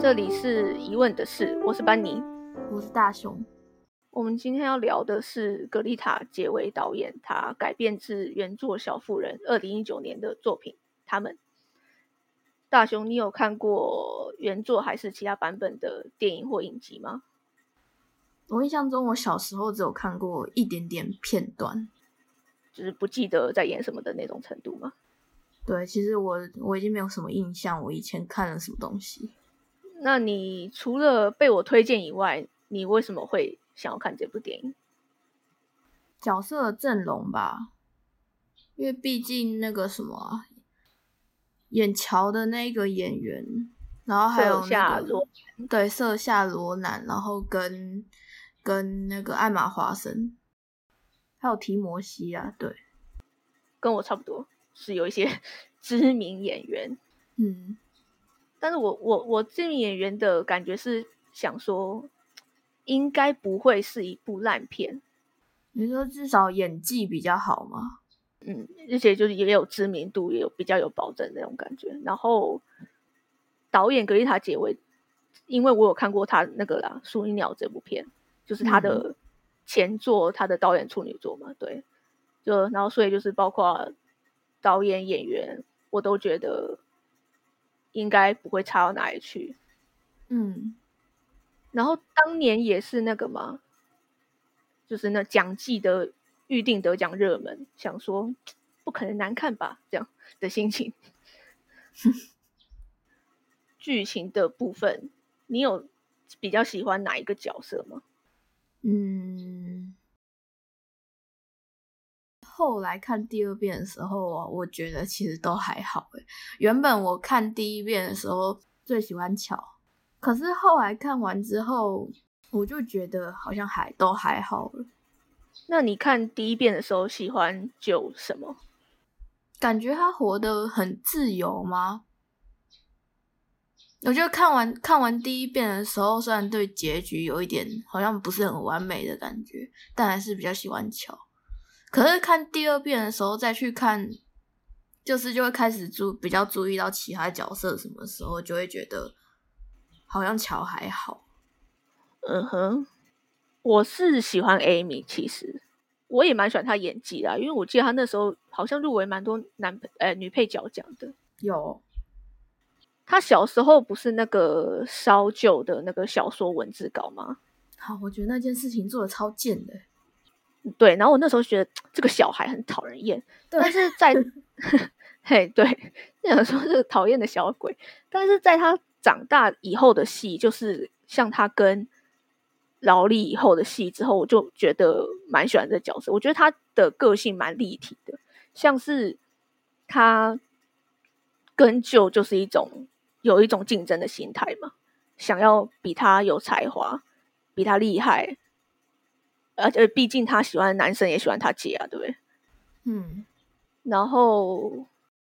这里是疑问的事，我是班尼， 我是大雄。 我们今天要聊的是格丽塔·杰维导演他改编自原作《小妇人》2019年的作品《他们》。大雄，你有看过原作还是其他版本的电影或影集吗？ 我印象中我小时候只有看过一点点片段， 就是不记得在演什么的那种程度吗？ 对，其实我已经没有什么印象我以前看了什么东西。 那你除了被我推荐以外，你为什么会想要看这部电影？ 角色的阵容吧，因为毕竟那个什么演乔的那个演员，然后还有那个对瑟夏罗南，然后跟那个艾玛华森，还有提摩西啊，对， 跟我差不多，是有一些知名演员。但是我知名演员的感觉是想说，应该不会是一部烂片。 你说至少演技比较好吗？ 而且就是也有知名度，也有比较有保证那种感觉。然后导演格丽塔·杰维，因为我有看过他那个啦《淑女鸟》这部片，就是他的前作，他的导演处女作嘛，对。然后所以就是包括导演、演员，我都觉得应该不会差到哪里去。然后当年也是那个嘛，就是那奖季的预定得奖热门，想说不可能难看吧，这样的心情。剧情的部分，你有比较喜欢哪一个角色吗？ 后来看第二遍的时候啊，我觉得其实都还好耶。原本我看第一遍的时候最喜欢乔，可是后来看完之后，我就觉得好像都还好了。 那你看第一遍的时候喜欢就什么？ 感觉他活得很自由吗？我觉得看完第一遍的时候，虽然对结局有一点好像不是很完美的感觉，但还是比较喜欢乔。可是看第二遍的时候再去看，就会开始比较注意到其他角色什么时候，就会觉得好像乔还好。 我是喜欢 Amy， 其实我也蛮喜欢她演技的，因为我记得她那时候好像入围蛮多女配角奖的。 有， 她小时候不是那个烧旧的那个小说文字稿吗？ 好，我觉得那件事情做的超贱的。 对，然后我那时候觉得这个小孩很讨人厌，但是在嘿，对，想说这个讨厌的小鬼，但是在他长大以后的戏，就是像他跟劳力以后的戏之后，我就觉得蛮喜欢这个角色。我觉得他的个性蛮立体的，像是他跟舅就是有一种竞争的心态嘛，想要比他有才华，比他厉害。而且毕竟他喜欢的男生也喜欢他姐啊，对不对？然后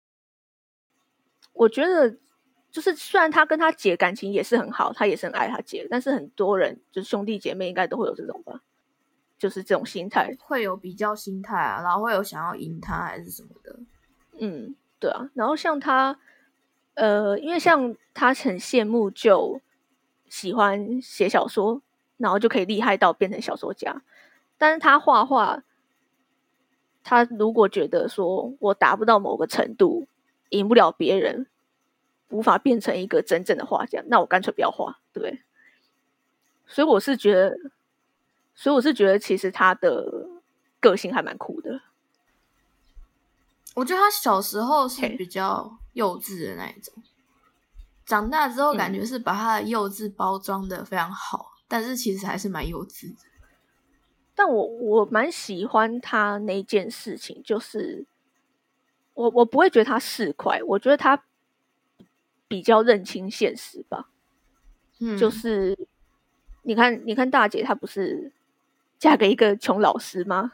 我觉得就是虽然他跟他姐感情也是很好，他也是很爱他姐，但是很多人就是兄弟姐妹应该都会有这种吧，就是这种心态， 会有比较心态啊，然后会有想要赢他还是什么的。 对啊。然后像他，因为像他很羡慕就喜欢写小说，然后就可以厉害到变成小说家，但是他画画，他如果觉得说我达不到某个程度，赢不了别人，无法变成一个真正的画家，那我干脆不要画，对不对？所以我是觉得，其实他的个性还蛮酷的。 我觉得他小时候是比较幼稚的那一种，长大之后感觉是把他的幼稚包装的非常好，但是其实还是蛮幼稚的。 但我蛮喜欢他那件事情，就是我不会觉得他市侩，我觉得他比较认清现实吧。就是你看大姐她不是嫁给一个穷老师吗？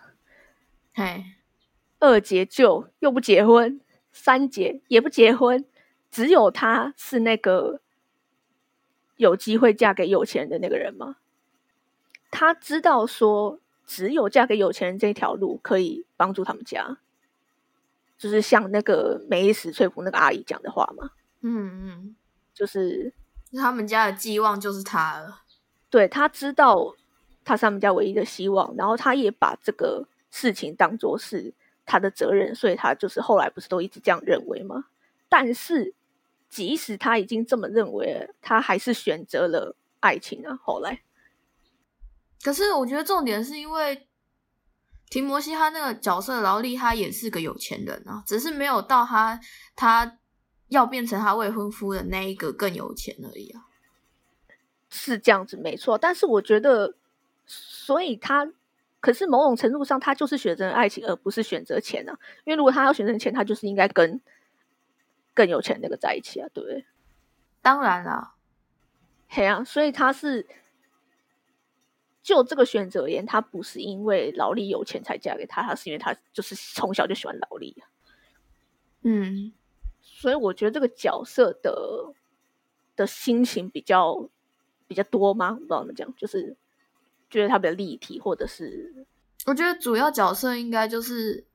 二姐舅又不结婚，三姐也不结婚，只有她是那个有机会嫁给有钱人的那个人吗？她知道说只有嫁给有钱人这条路可以帮助他们家，就是像那个梅丽史翠普那个阿姨讲的话嘛，就是他们家的寄望就是他了。 对，他知道他是他们家唯一的希望，然后他也把这个事情当作是他的责任，所以他就是后来不是都一直这样认为吗？但是即使他已经这么认为了，他还是选择了爱情啊。后来， 可是我觉得重点是因为提摩西他那个角色劳力，他也是个有钱人啊，只是没有到他要变成他未婚夫的那一个更有钱而已啊。 是这样子没错，但是我觉得，所以他可是某种程度上，他就是选择爱情，而不是选择钱啊。因为如果他要选择钱，他就是应该跟更有钱那个在一起啊，对不对？ 当然啦， 嘿啊，所以他是就这个选择而言，他不是因为劳力有钱才嫁给他，他是因为他就是从小就喜欢劳力啊。 嗯， 所以我觉得这个角色的心情比较多吗？不知道怎么讲，就是觉得他比较立体，或者是我觉得主要角色应该就是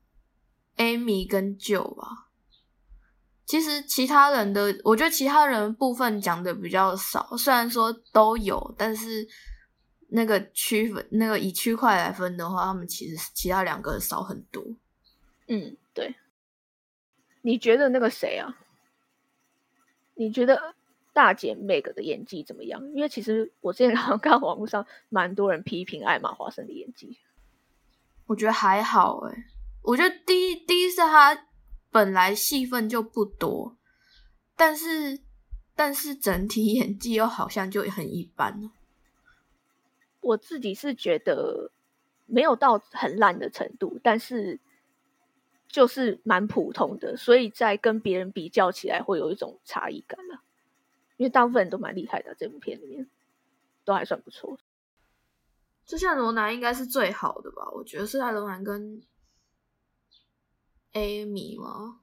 Amy 跟 Joe 吧。其实其他人的，我觉得其他人部分讲的比较少，虽然说都有，但是那个以区块来分的话，他们其实其他两个少很多。 嗯，对。你觉得那个谁啊？你觉得大姐 Meg 的演技怎么样？因为其实我之前好像看网络上蛮多人批评艾玛华森的演技， 我觉得还好欸。我觉得第一是他本来戏份就不多，但是整体演技又好像就很一般。 我自己是觉得没有到很烂的程度，但是就是蛮普通的，所以在跟别人比较起来会有一种差异感啦。因为大部分人都蛮厉害的，这部片里面都还算不错。 就像罗南应该是最好的吧，我觉得是在罗南跟 Amy 吗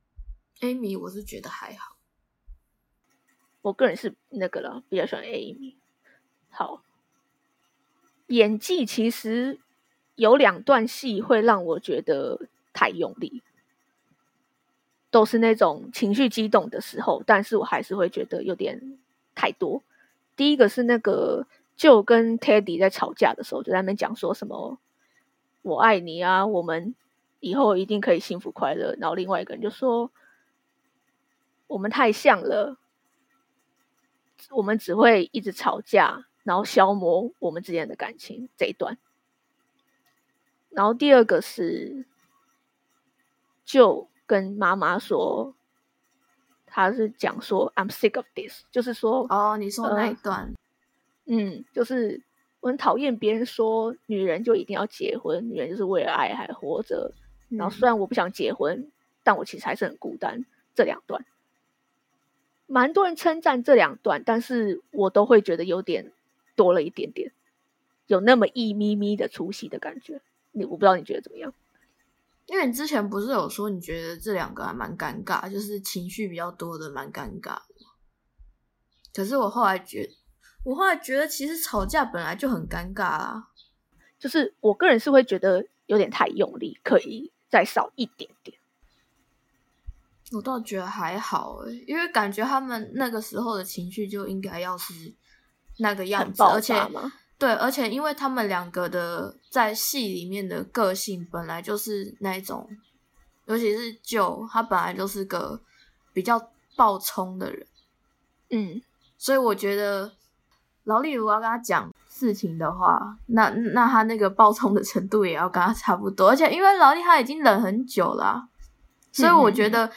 ？Amy 我是觉得还好， 我个人是那个啦，比较喜欢 Amy。好，演技其实有2段戏会让我觉得太用力，都是那种情绪激动的时候，但是我还是会觉得有点太多。第一个是那个就跟 Teddy 在吵架的时候，就在那边讲说什么“我爱你啊，我们以后一定可以幸福快乐”，然后另外一个人就说“我们太像了，我们只会一直吵架，然后消磨我们之间的感情”这一段。然后第二个是就跟妈妈说，他是讲说 I'm sick of this， 就是说你说那一段， 就是我很讨厌别人说女人就一定要结婚，女人就是为了爱还活着。然后虽然我不想结婚，但我其实还是很孤单。这2段蛮多人称赞这2段，但是我都会觉得有点多了一点点，有那么一咪咪的出戏的感觉。我不知道你觉得怎么样？ 因为你之前不是有说你觉得这2个还蛮尴尬，就是情绪比较多的蛮尴尬的。可是我后来觉得其实吵架本来就很尴尬啊， 就是我个人是会觉得有点太用力，可以再少一点点。 我倒觉得还好欸，因为感觉他们那个时候的情绪就应该要是那个样子，而且因为他们2个的在戏里面的个性本来就是那一种，尤其是Joe，他本来就是个比较暴冲的人，所以我觉得劳力如果要跟他讲事情的话，那他那个暴冲的程度也要跟他差不多，而且因为劳力他已经忍很久了啊，所以我觉得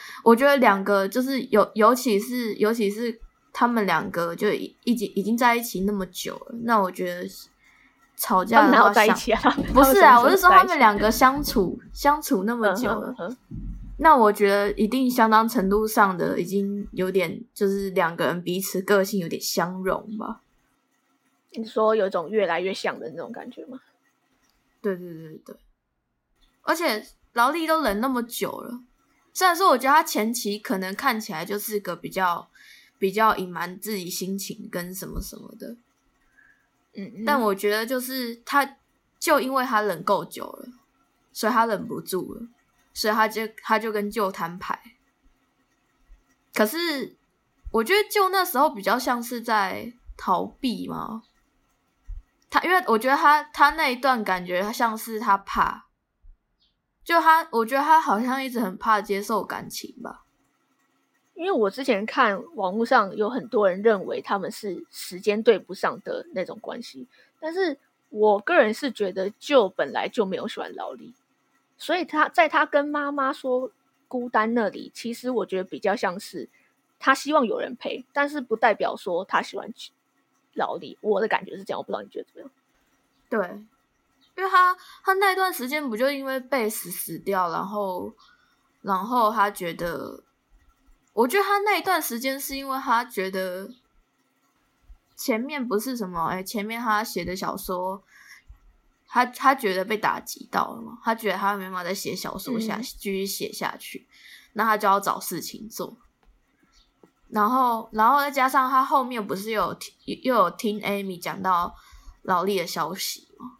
2个就是尤其是他们2个就已经在一起那么久了，那我觉得吵架的话， 他们有在一起啊？ 不是啊，我是说他们2个相处那么久了，那我觉得一定相当程度上的已经有点就是2个人彼此个性有点相融吧。 你说有一种越来越像的那种感觉吗？ 对，而且劳力都忍那么久了，虽然说我觉得他前期可能看起来就是个比较隐瞒自己心情跟什么什么的，但我觉得就是他就因为他忍够久了，所以他忍不住了，所以他就跟Joe摊牌。可是我觉得就那时候比较像是在逃避嘛。因为我觉得他那一段感觉像是他怕，我觉得他好像一直很怕接受感情吧。 因为我之前看网络上有很多人认为他们是时间对不上的那种关系，但是我个人是觉得就本来就没有喜欢劳力，所以他跟妈妈说孤单那里，其实我觉得比较像是他希望有人陪，但是不代表说他喜欢劳力。我的感觉是这样，我不知道你觉得怎么样？ 对，因为他那段时间不就因为贝斯死掉，然后他觉得，我觉得他那一段时间是因为他觉得前面不是什么，前面他写的小说，他觉得被打击到了嘛，他觉得他没办法再写小说继续写下去，那他就要找事情做。然后再加上他后面不是又有听 Amy 讲到劳力的消息吗？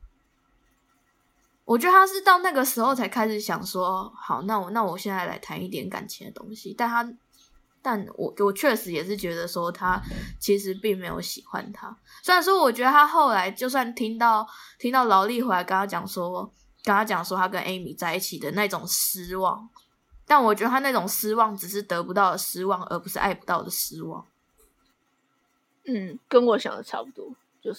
我觉得他是到那个时候才开始想说，好，那我现在来谈一点感情的东西。但我确实也是觉得说他其实并没有喜欢他。虽然说我觉得他后来就算听到劳力回来跟他讲说他跟 Amy 在一起的那种失望，但我觉得他那种失望只是得不到的失望，而不是爱不到的失望。 跟我想的差不多，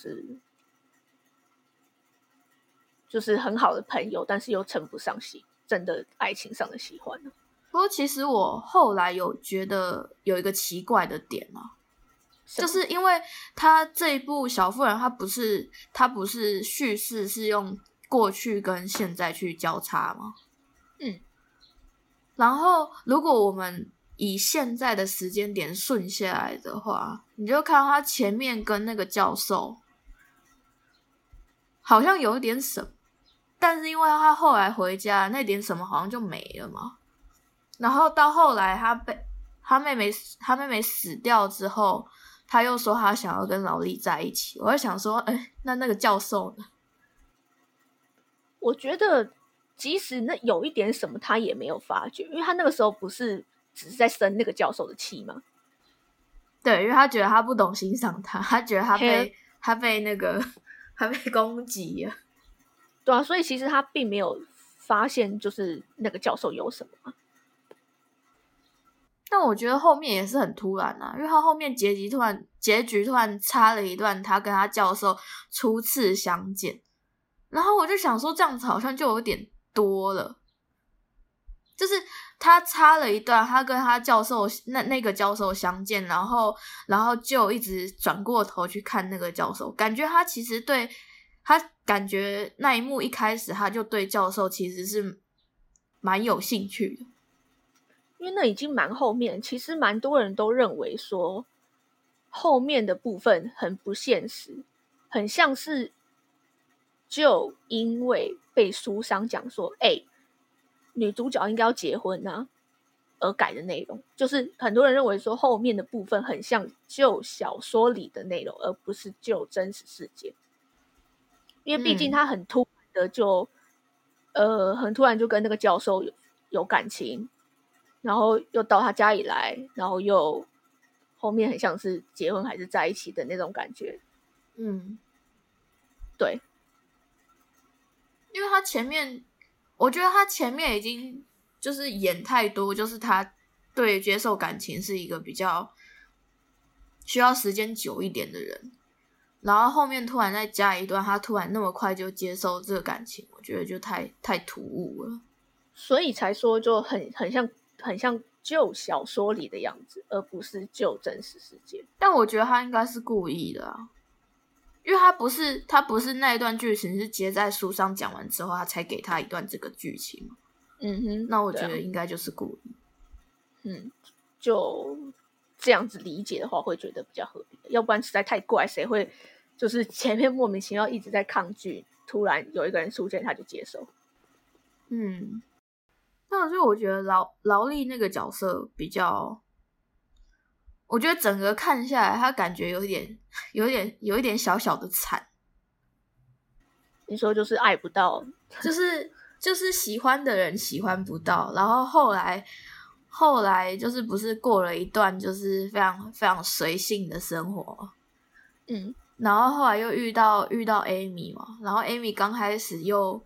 就是很好的朋友，但是又称不上真的爱情上的喜欢。 不过其实我后来有觉得有一个奇怪的点啊，就是因为他这一部小妇人，他不是叙事是用过去跟现在去交叉吗？然后如果我们以现在的时间点顺下来的话，你就看到他前面跟那个教授好像有一点什么，但是因为他后来回家，那点什么好像就没了嘛。然后到后来他妹妹死掉之后，他又说他想要跟劳力在一起。我就想说，那个教授呢？ 我觉得即使那有一点什么，他也没有发觉，因为他那个时候不是只是在生那个教授的气吗？ 对，因为他觉得他不懂欣赏他，他觉得他被那个他被攻击了。 对啊，所以其实他并没有发现就是那个教授有什么。 但我觉得后面也是很突然啊，因为他后面结局突然插了一段他跟他教授初次相见，然后我就想说这样子好像就有点多了，就是他插了一段他跟他教授那个教授相见，然后就一直转过头去看那个教授，感觉他其实对他感觉那一幕一开始他就对教授其实是蛮有兴趣的。 因为那已经蛮后面，其实蛮多人都认为说后面的部分很不现实，很像是就因为被书商讲说女主角应该要结婚啊而改的内容，就是很多人认为说后面的部分很像就小说里的内容，而不是就真实事件。因为毕竟他很突然的就跟那个教授有感情，然后又到他家里来，然后又后面很像是结婚还是在一起的那种感觉。对， 因为我觉得他前面已经就是演太多，就是他对接受感情是一个比较需要时间久一点的人，然后后面突然再加一段他突然那么快就接受这个感情，我觉得就太突兀了， 所以才说就很像旧小说里的样子，而不是旧真实世界。 但我觉得他应该是故意的啊，因为他不是那一段剧情是接在书上讲完之后他才给他一段这个剧情。那我觉得应该就是故意。 就这样子理解的话会觉得比较合理，要不然实在太怪，谁会就是前面莫名其妙一直在抗拒，突然有一个人出现他就接受。 那所以我觉得劳力那个角色比较，我觉得整个看下来他感觉有一点小小的惨。 你说就是爱不到， 就是喜欢的人喜欢不到，然后后后来就是不是过了一段就是非常非常随性的生活，然后后来又遇到 Amy 嘛，然后 Amy 刚开始又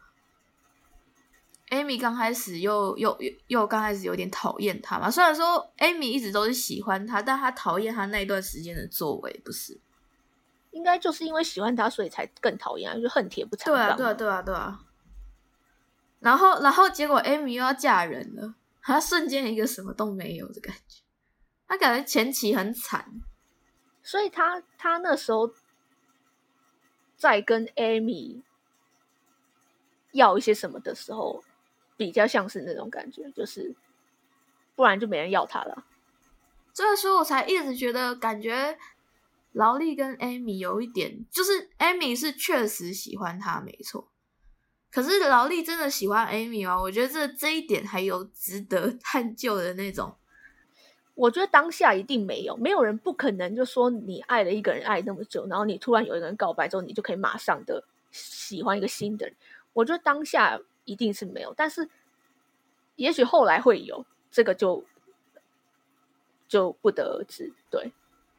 刚开始有点讨厌他嘛，虽然说 Amy 一直都是喜欢他，但他讨厌他那段时间的作为，不是？ 应该就是因为喜欢他，所以才更讨厌，就恨铁不成钢。 对啊。然后结果 Amy 又要嫁人了，他瞬间一个什么都没有的感觉，他感觉前期很惨， 所以他那时候在跟 Amy 要一些什么的时候，比较像是那种感觉，就是不然就没人要他了。 所以说我才一直觉得感觉劳力跟 Amy 有一点，就是 Amy 是确实喜欢他没错，可是劳力真的喜欢 Amy 吗？我觉得这一点还有值得探究的那种。 我觉得当下一定没有人不可能就说你爱了一个人爱那么久，然后你突然有一个人告白之后，你就可以马上的喜欢一个新的人。我觉得当下一定是没有，但是也许后来会有，这个就不得而知。对，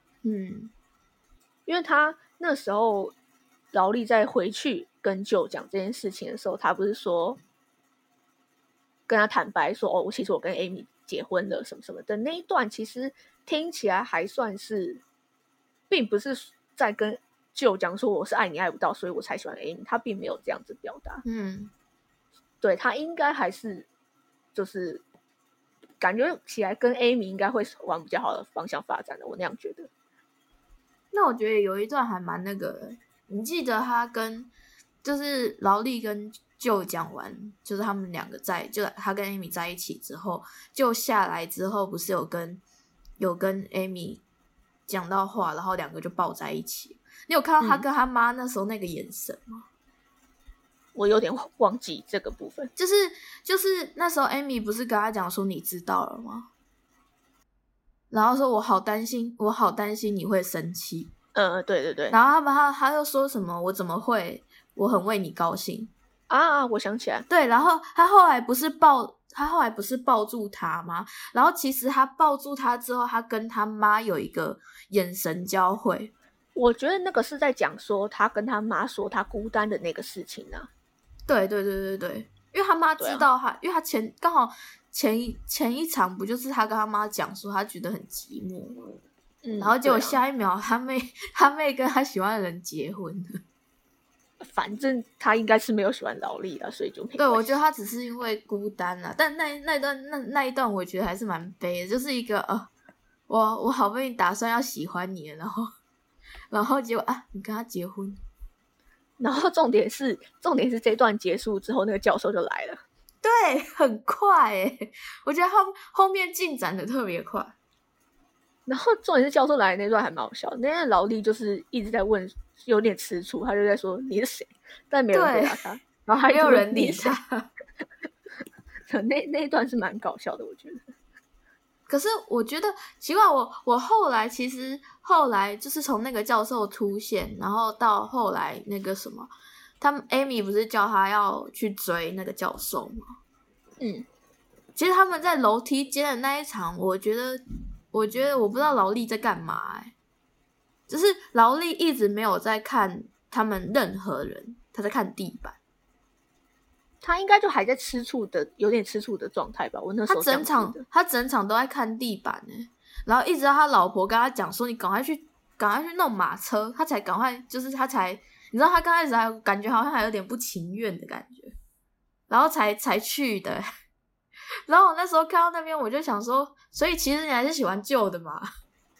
因为他那时候劳力在回去跟舅讲这件事情的时候，他不是说跟他坦白说，哦，其实我跟 Amy 结婚了什么什么的那一段，其实听起来还算是，并不是在跟舅讲说我是爱你爱不到，所以我才喜欢 Amy， 他并没有这样子表达。对，他应该还是就是感觉起来跟 Amy 应该会往比较好的方向发展的，我那样觉得。 那我觉得有一段还蛮那个的，你记得他跟就是劳力跟舅讲完，就是他们两个就他跟 Amy 在一起之后，就下来之后不是有跟 Amy 讲到话，然后两个就抱在一起。你有看到他跟他妈那时候那个眼神吗？ 我有点忘记这个部分。 就是那时候 Amy 不是跟他讲说你知道了吗？然后说我好担心你会生气。 对。 然后他又说什么我怎么会，我很为你高兴啊！我想起来， 对，然后他后来不是抱住他吗？然后其实他抱住他之后，他跟他妈有一个眼神交汇。 我觉得那个是在讲说他跟他妈说他孤单的那个事情啊。 对，因为他妈知道他，因为他刚好前一场不就是他跟他妈讲说他觉得很寂寞，然后结果下一秒他妹跟他喜欢的人结婚了。 反正他应该是没有喜欢劳力了，所以就没关系。 对，我觉得他只是因为孤单啦，但那一段我觉得还是蛮悲的，就是一个我好不容易打算要喜欢你了，然后结果你跟他结婚。 然后重点是这段结束之后，那个教授就来了。 对，很快耶，我觉得后面进展的特别快。 然后重点是教授来的那段还蛮好笑的，那劳力就是一直在问，有点吃醋，他就在说你是谁，但没有人回答他，然后还没有人理他。 那一段是蛮搞笑的，我觉得。 可是我觉得奇怪，我后来就是从那个教授出现，然后到后来那个什么，他们 Amy 不是叫他要去追那个教授吗？其实他们在楼梯间的那一场，我觉得我不知道劳力在干嘛就是劳力一直没有在看他们任何人，他在看地板。 他应该就还在有点吃醋的状态吧。我那时候他整场都在看地板然后一直到他老婆跟他讲说你赶快去弄马车，他才赶快，就是他才，你知道他刚开始还感觉好像还有点不情愿的感觉，然后才去的。然后我那时候看到那边我就想说，所以其实你还是喜欢旧的嘛？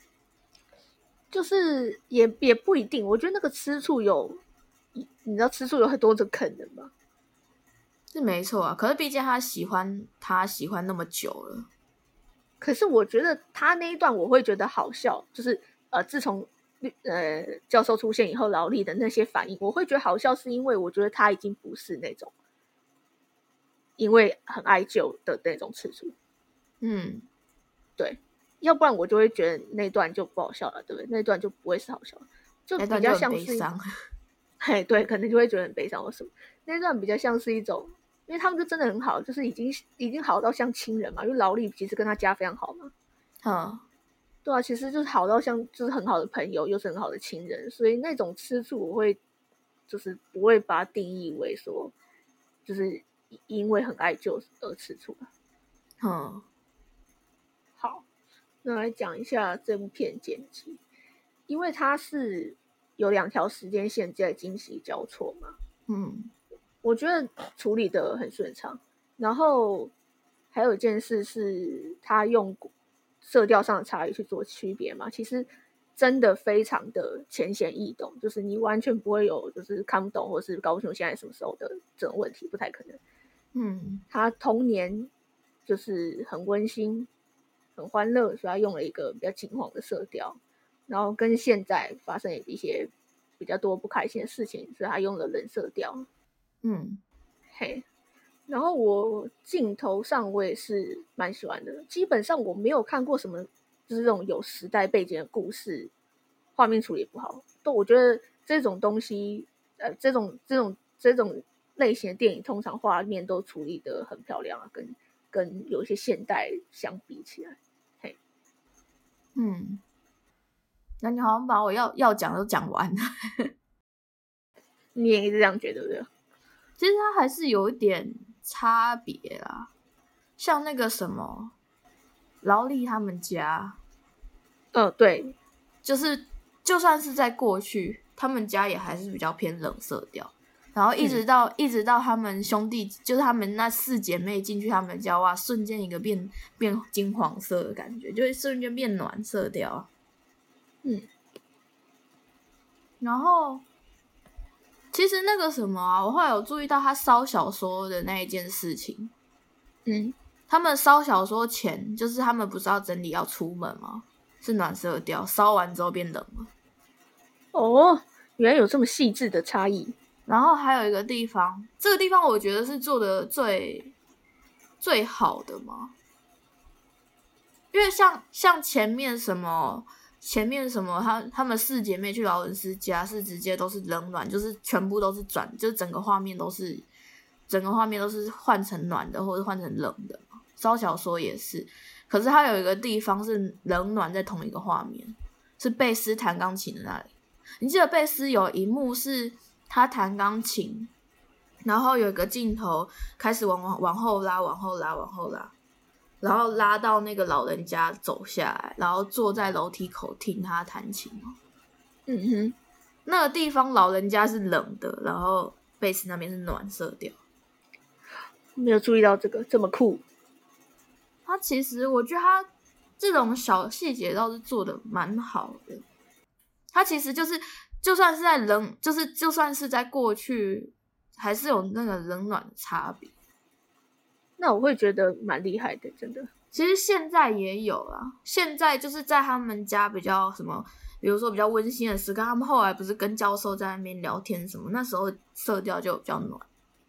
就是也不一定，我觉得那个吃醋你知道吃醋有很多种可能吗？ 是没错啊，可是毕竟他喜欢那么久了。 可是我觉得他那一段我会觉得好笑，就是自从教授出现以后，劳力的那些反应，我会觉得好笑，是因为我觉得他已经不是那种因为很爱旧的那种吃醋。对，要不然我就会觉得那段就不好笑了，对不对？那段就不会是好笑，就比较像是悲伤。 对，可能就会觉得很悲伤或什么。那段比较像是一种因为他们就真的很好，就是已经好到像亲人嘛，因为劳力其实跟他家非常好嘛。对啊，其实就是好到像就是很好的朋友，又是很好的亲人，所以那种吃醋我会就是不会把它定义为说就是因为很爱旧而吃醋了。好，那来讲一下这部片剪辑，因为它是有2条时间线在惊喜交错嘛。我觉得处理的很顺畅。然后还有一件事是他用色调上的差异去做区别嘛，其实真的非常的浅显易懂，就是你完全不会有就是看不懂或是搞不清楚现在什么时候的这种问题，不太可能。他童年就是很温馨很欢乐，所以他用了一个比较金黄的色调，然后跟现在发生一些比较多不开心的事情，所以他用了冷色调。然后我镜头上我也是蛮喜欢的，基本上我没有看过什么就是这种有时代背景的故事画面处理不好，都我觉得这种东西这种类型的电影通常画面都处理得很漂亮跟有一些现代相比起来。 那你好像把我要讲都讲完了。 你也是这样觉得对不对？ 其实它还是有一点差别啦，像那个什么劳力他们家， 对， 就是就算是在过去，他们家也还是比较偏冷色调，然后一直到他们兄弟，就是他们那4姐妹进去他们家，哇，瞬间一个变金黄色的感觉，就会瞬间变暖色调。然后其实那个什么啊，我后来有注意到他烧小说的那一件事情。他们烧小说前，就是他们不是要整理要出门吗？是暖色调，烧完之后变冷了。 原来有这么细致的差异。 然后还有一个地方，这个地方我觉得是做的最好的嘛，因为像前面什么他们4姐妹去劳伦斯家是直接都是冷暖，就是全部都是就是整个画面都是换成暖的或者换成冷的嘛。烧小说也是，可是它有一个地方是冷暖在同一个画面，是贝斯弹钢琴的那里。你记得贝斯有一幕是他弹钢琴，然后有一个镜头开始往后拉，然后拉到那个老人家走下来，然后坐在楼梯口听他弹琴。那个地方老人家是冷的，然后贝斯那边是暖色调。 没有注意到这个这么酷。 他其实我觉得他这种小细节倒是做的蛮好的。他其实就是就算是在就算是在过去，还是有那个冷暖的差别。 那我会觉得蛮厉害的，真的。 其实现在也有啦，现在就是在他们家比较什么，比如说比较温馨的时刻，他们后来不是跟教授在那边聊天什么，那时候色调就比较暖。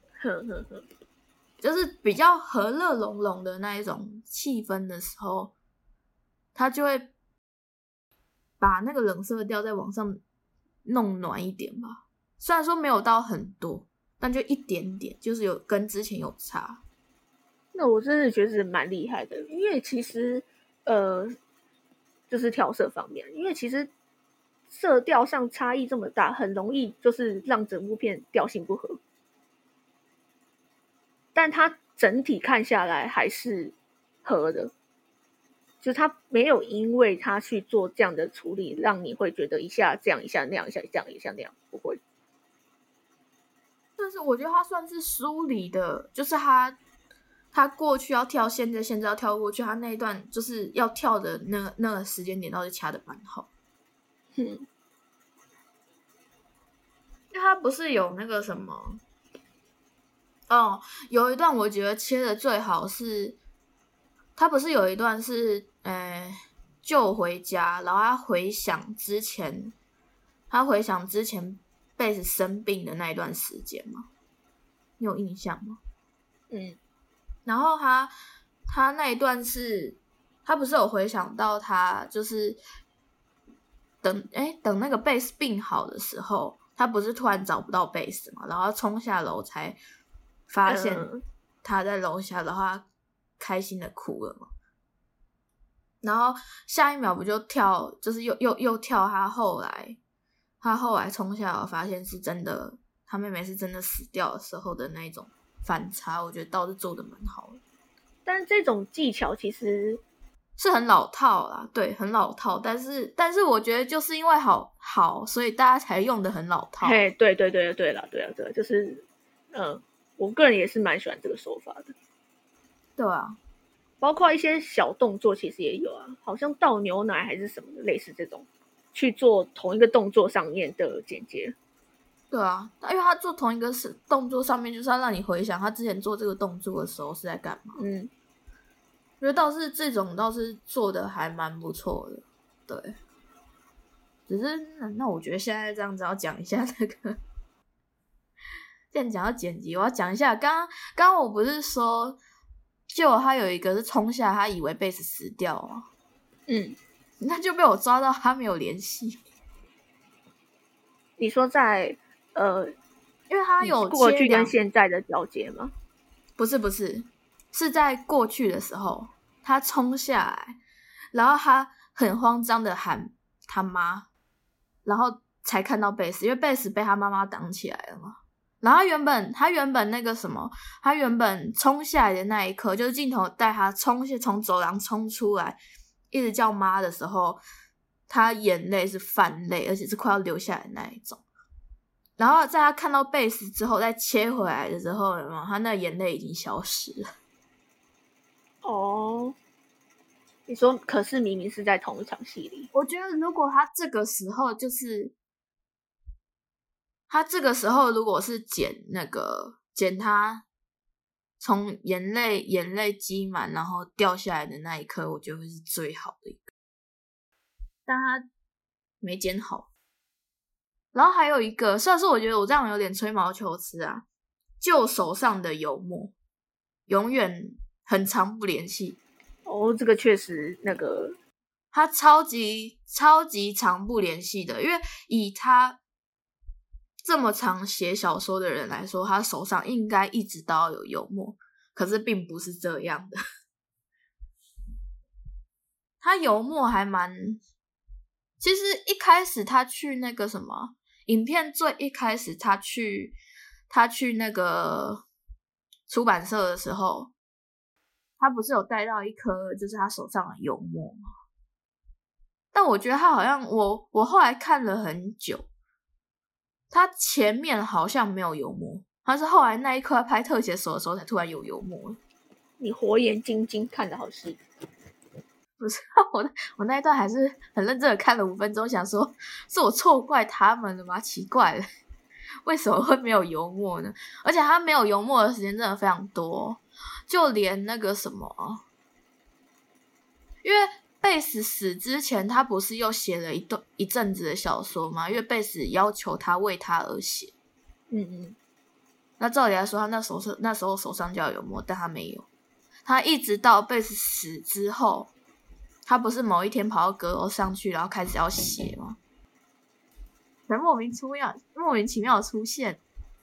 就是比较和乐融融的那一种气氛的时候，他就会把那个冷色调再往上弄暖一点吧。虽然说没有到很多，但就一点点，就是有跟之前有差。 那我真的觉得是蛮厉害的，因为其实就是调色方面，因为其实色调上差异这么大，很容易就是让整部片调性不合。但它整体看下来还是合的，就是它没有因为它去做这样的处理，让你会觉得一下这样一下那样一下这样一下那样，不会。 但是我觉得它算是梳理的，就是他过去要跳，现在要跳过去，他那一段就是要跳的那个时间点倒是掐的蛮好。因为他不是有那个什么。有一段我觉得切的最好是，他不是有一段是救回家，然后他回想之前贝斯生病的那一段时间吗？你有印象吗？然后他那一段是，他不是有回想到他就是等那个贝斯病好的时候，他不是突然找不到贝斯嘛，然后冲下楼才发现他在楼下的话，开心的哭了嘛。然后下一秒不就跳，就是又跳他后来冲下楼，发现是真的，他妹妹是真的死掉的时候的那种反差，我觉得倒是做的蛮好的。 但这种技巧其实是很老套啦，对，很老套，但是我觉得就是因为好，所以大家才用的很老套。 嘿，对了，就是我个人也是蛮喜欢这个手法的。 对啊， 包括一些小动作其实也有啊，好像倒牛奶还是什么的，类似这种去做同一个动作上面的剪接。 对啊，因为他做同一个动作上面，就是要让你回想他之前做这个动作的时候是在干嘛。我觉得这种倒是做的还蛮不错的，对。只是那我觉得现在这样子要讲一下那个，既然讲到剪辑，我要讲一下，刚刚我不是说，就他有一个是冲下，他以为贝斯死掉吗？那就被我抓到他没有联系。 你说在因为他有过去跟现在的交接吗？ 不是，是在过去的时候，他冲下来，然后他很慌张的喊他妈，然后才看到贝斯，因为贝斯被他妈妈挡起来了嘛。然后他原本那个什么，他原本冲下来的那一刻，就是镜头带他从走廊冲出来，一直叫妈的时候，他眼泪是泛泪，而且是快要流下来的那一种。然后在他看到贝斯之后，再切回来的时候，有没有？他那眼泪已经消失了。 哦，你说，可是明明是在同一场戏里。 我觉得如果他这个时候如果是剪他从眼泪积满然后掉下来的那一刻，我觉得会是最好的一个，但他没剪好。然后还有一个，虽然说我觉得我这样有点吹毛求疵啊，就手上的油墨永远很长不联系。 哦，这个确实那个他超级长不联系的，因为以他这么常写小说的人来说，他手上应该一直都要有油墨，可是并不是这样的。他油墨还蛮，其实一开始他去那个什么，影片最一开始他去那个出版社的时候，他不是有带到一颗就是他手上的油墨吗？但我觉得他好像我后来看了很久，他前面好像没有油墨，他是后来那一刻拍特写手的时候才突然有油墨。 你火眼金睛看的好细。 不是我那一段还是很认真的看了5分钟，想说是我错怪他们了吗？奇怪了，为什么会没有油墨呢？而且他没有油墨的时间真的非常多，就连那个什么，因为贝斯死之前，他不是又写了一阵子的小说吗？因为贝斯要求他为他而写。那照理来说，他那时候手上就要有墨，但他没有。他一直到贝斯死之后，他不是某一天跑到阁楼上去，然后开始要写吗？才莫名其妙的出现。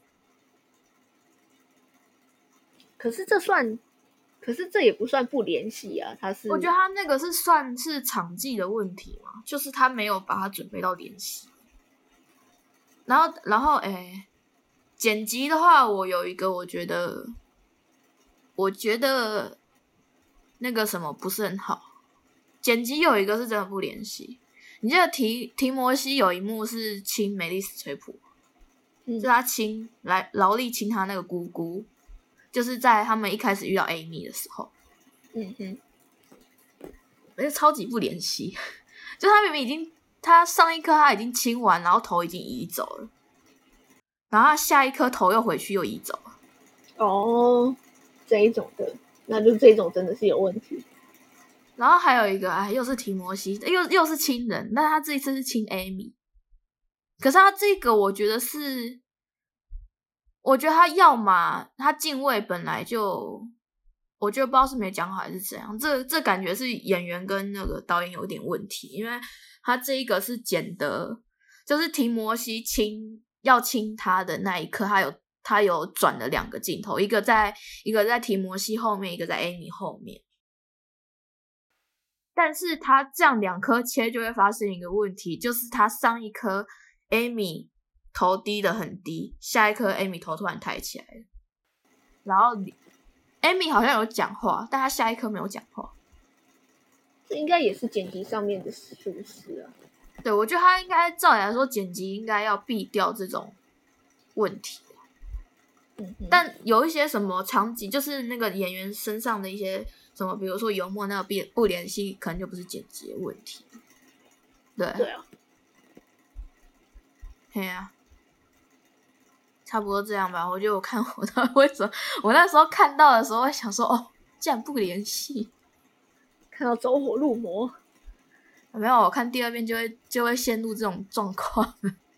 可是这也不算不联系啊， 我觉得他那个是算是场记的问题嘛，就是他没有把它准备到联系。然后剪辑的话，我有一个我觉得那个什么不是很好。剪辑有一个是真的不联系。你记得提摩西有一幕是亲梅丽史崔普，是他劳力亲他那个姑姑，就是在他们一开始遇到 Amy 的时候。而且超级不联系，就他明明他上一颗他已经亲完，然后头已经移走了，然后他下一颗头又回去又移走了。 哦，这一种的，那就这种真的是有问题。 然后还有一个，又是提摩西，又是亲人，但他这一次是亲 Amy。可是他这个，我觉得他要嘛，他敬畏本来就，我觉得不知道是没讲好还是怎样。这感觉是演员跟那个导演有点问题，因为他这一个是剪的，就是提摩西要亲他的那一刻， 他有转了2个镜头，一个在提摩西后面，一个在 Amy 后面。但是他这样2颗切就会发生一个问题，就是他上一颗 Amy 头低得很低，下一颗 Amy 头突然抬起来了，然后 Amy 好像有讲话，但他下一颗没有讲话。 这应该也是剪辑上面的疏失啊。 对，我觉得他应该照理来说剪辑应该要避掉这种问题。但有一些什么场景，就是那个演员身上的一些什么，比如说油墨那个不联系，可能就不是剪辑的问题。对啊， 对啊，差不多这样吧。我觉得我看我到底为什么我那时候看到的时候会想说，哦，竟然不联系， 看到走火入魔。 没有，我看第2遍就会陷入这种状况。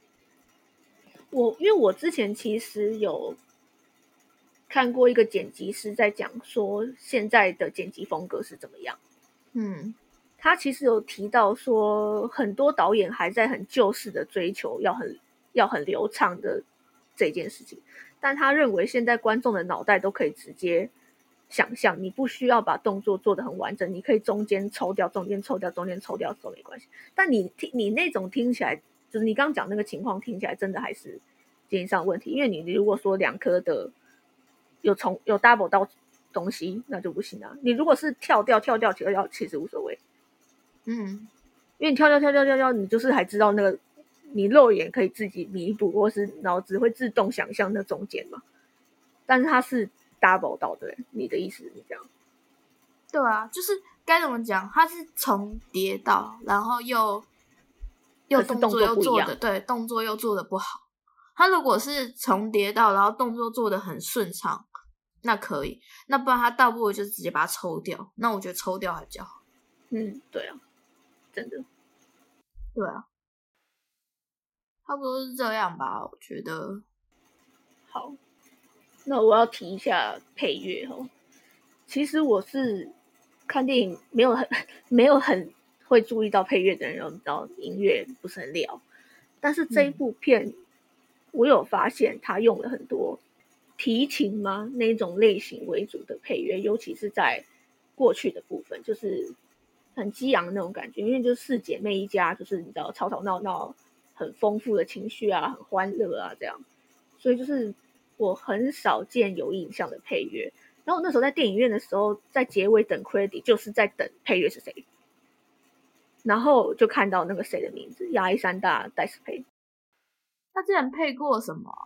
因为我之前其实有看过一个剪辑师在讲说现在的剪辑风格是怎么样。他其实有提到说很多导演还在很旧式的追求要很流畅的这件事情，但他认为现在观众的脑袋都可以直接想象，你不需要把动作做得很完整，你可以中间抽掉，中间抽掉，中间抽掉都没关系。但你那种听起来，就是你刚刚讲那个情况听起来真的还是剪辑上的问题，因为你如果说2颗的有 double 到东西，那就不行啊。你如果是跳掉其实无所谓。因为你跳，你就是还知道那个你肉眼可以自己弥补，或是脑子会自动想象那中间嘛。但是它是 double 到的，你的意思是这样？ 对啊，就是该怎么讲，它是重叠到，然后又动作又做的，对，动作又做的不好。它如果是重叠到，然后动作做的很顺畅，那可以。那不然它倒不如就直接把它抽掉。那我觉得抽掉还比较好。 对啊，真的。 对啊，差不多是这样吧，我觉得。 好，那我要提一下配乐哦。其实我是看电影没有很会注意到配乐的人，知道音乐不是很了。但是这一部片，我有发现他用了很多提琴吗那种类型为主的配乐，尤其是在过去的部分，就是很激昂的那种感觉，因为就是4姐妹一家，就是你知道吵吵闹闹，很丰富的情绪啊，很欢乐啊这样，所以就是我很少见有影像的配乐。然后我那时候在电影院的时候，在结尾等 credit， 就是在等配乐是谁，然后就看到那个谁的名字，亚历山大·戴斯佩。 他之前配过什么？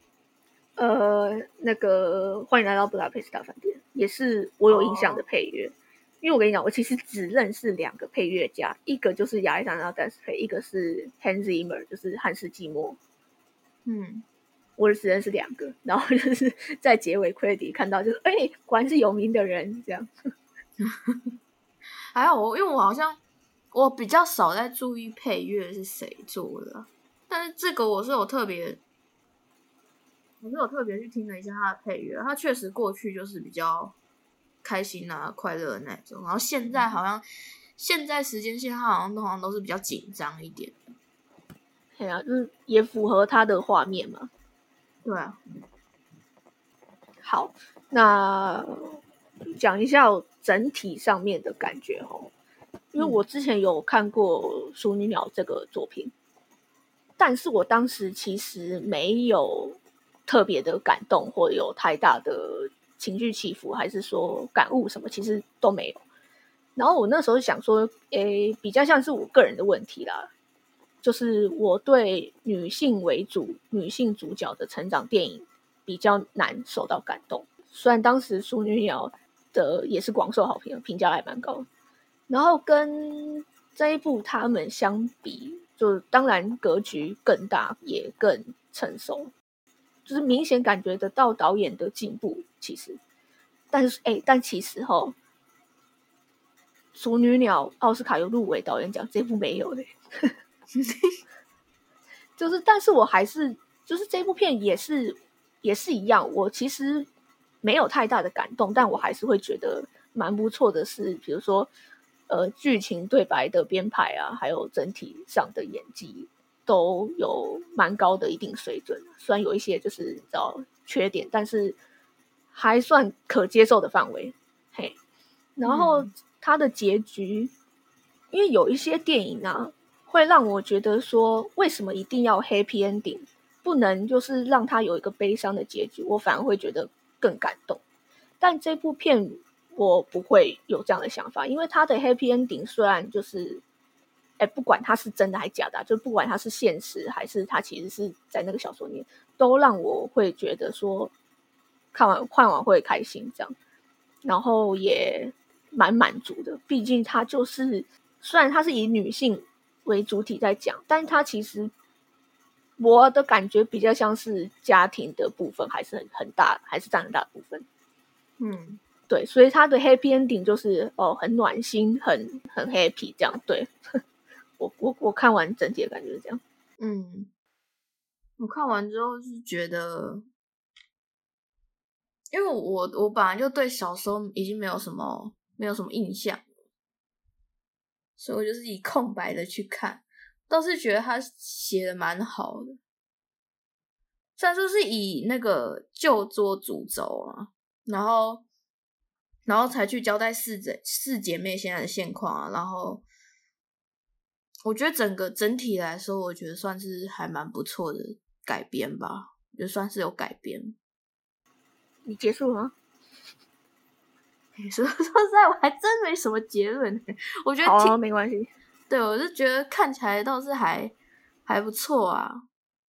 那个欢迎来到布达佩斯大饭店，也是我有印象的配乐。因为我跟你讲，我其实只认识2个配乐家，一个就是亚历山大·戴斯佩，一个是 Hans Zimmer， 就是汉斯季默。我只认识2个，然后就是在结尾 credit 看到，就是果然是有名的人这样。 还有因为我比较少在注意配乐是谁做的，但是这个我是有特别去听了一下他的配乐，他确实过去就是比较开心啊、快乐的那种，然后现在好像现在时间线他好像通常都是比较紧张一点的。 对啊，就是也符合他的画面嘛。 对啊。 好，那讲一下整体上面的感觉哦。因为我之前有看过《淑女鸟》这个作品，但是我当时其实没有特别的感动，或者有太大的情绪起伏，还是说感悟什么，其实都没有。然后我那时候想说，比较像是我个人的问题啦，就是我对女性为主、女性主角的成长电影比较难受到感动。虽然当时《淑女鸟》的也是广受好评，评价还蛮高的。然后跟这一部他们相比，就当然格局更大，也更成熟，就是明显感觉得到导演的进步。其实，但其实《淑女鸟》奥斯卡有入围导演奖，这部没有嘞。就是，但是我还是就是这部片也是一样，我其实没有太大的感动，但我还是会觉得蛮不错的是，比如说剧情对白的编排啊，还有整体上的演技都有蛮高的一定水准。虽然有一些就是你知道缺点，但是还算可接受的范围。嘿，然后它的结局，因为有一些电影啊，会让我觉得说，为什么一定要 happy ending， 不能就是让它有一个悲伤的结局，我反而会觉得更感动。但这部片我不会有这样的想法，因为它的 happy ending 虽然就是不管它是真的还是假的，就不管它是现实还是它其实是在那个小说里面，都让我会觉得说看完会开心这样，然后也蛮满足的。毕竟它就是虽然它是以女性为主体在讲，但它其实我的感觉比较像是家庭的部分还是很大，还是占很大的部分。对，所以它的 happy ending 就是很暖心，很 happy 这样。对，我看完整体的感觉是这样。 我看完之后是觉得，因为我本来就对小说已经没有什么印象，所以我就是以空白的去看，倒是觉得他写的蛮好的。虽然说是以那个旧作主轴啊，然后才去交代四姐妹现在的现况啊，然后我觉得整体来说，我觉得算是还蛮不错的改编吧，就算是有改编。 你结束了吗？ 说实在，我还真没什么结论。我觉得好没关系。 对，我就觉得看起来倒是还不错啊。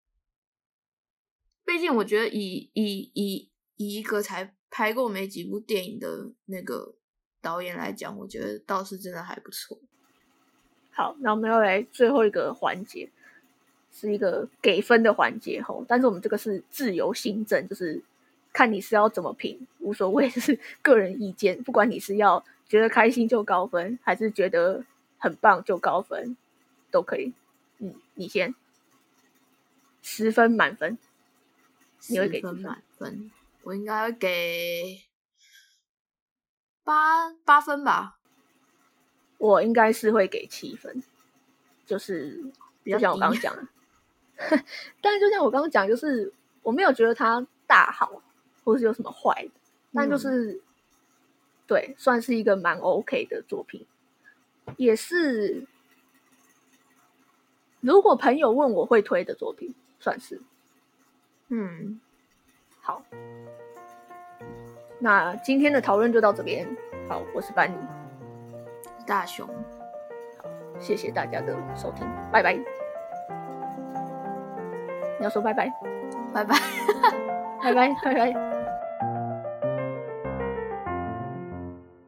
毕竟我觉得以一个才拍过没几部电影的那个导演来讲，我觉得倒是真的还不错。 好，那我们要来最后一个环节，是一个给分的环节吼。但是我们这个是自由行政，就是看你是要怎么评，无所谓，就是个人意见。不管你是要觉得开心就高分，还是觉得很棒就高分，都可以。你先，10分满分，你会给几分？ 满分，我应该会给8分吧。 我应该是会给7分，就是就像我刚刚讲的，但是就像我刚刚讲，就是我没有觉得它大好，或是有什么坏的，但就是对，算是一个蛮 OK 的作品，也是如果朋友问我会推的作品，算是。好，那今天的讨论就到这边。好，我是班尼， 大雄。 好，谢谢大家的收听，拜拜。你要说拜拜？ 拜拜， 拜拜，拜拜。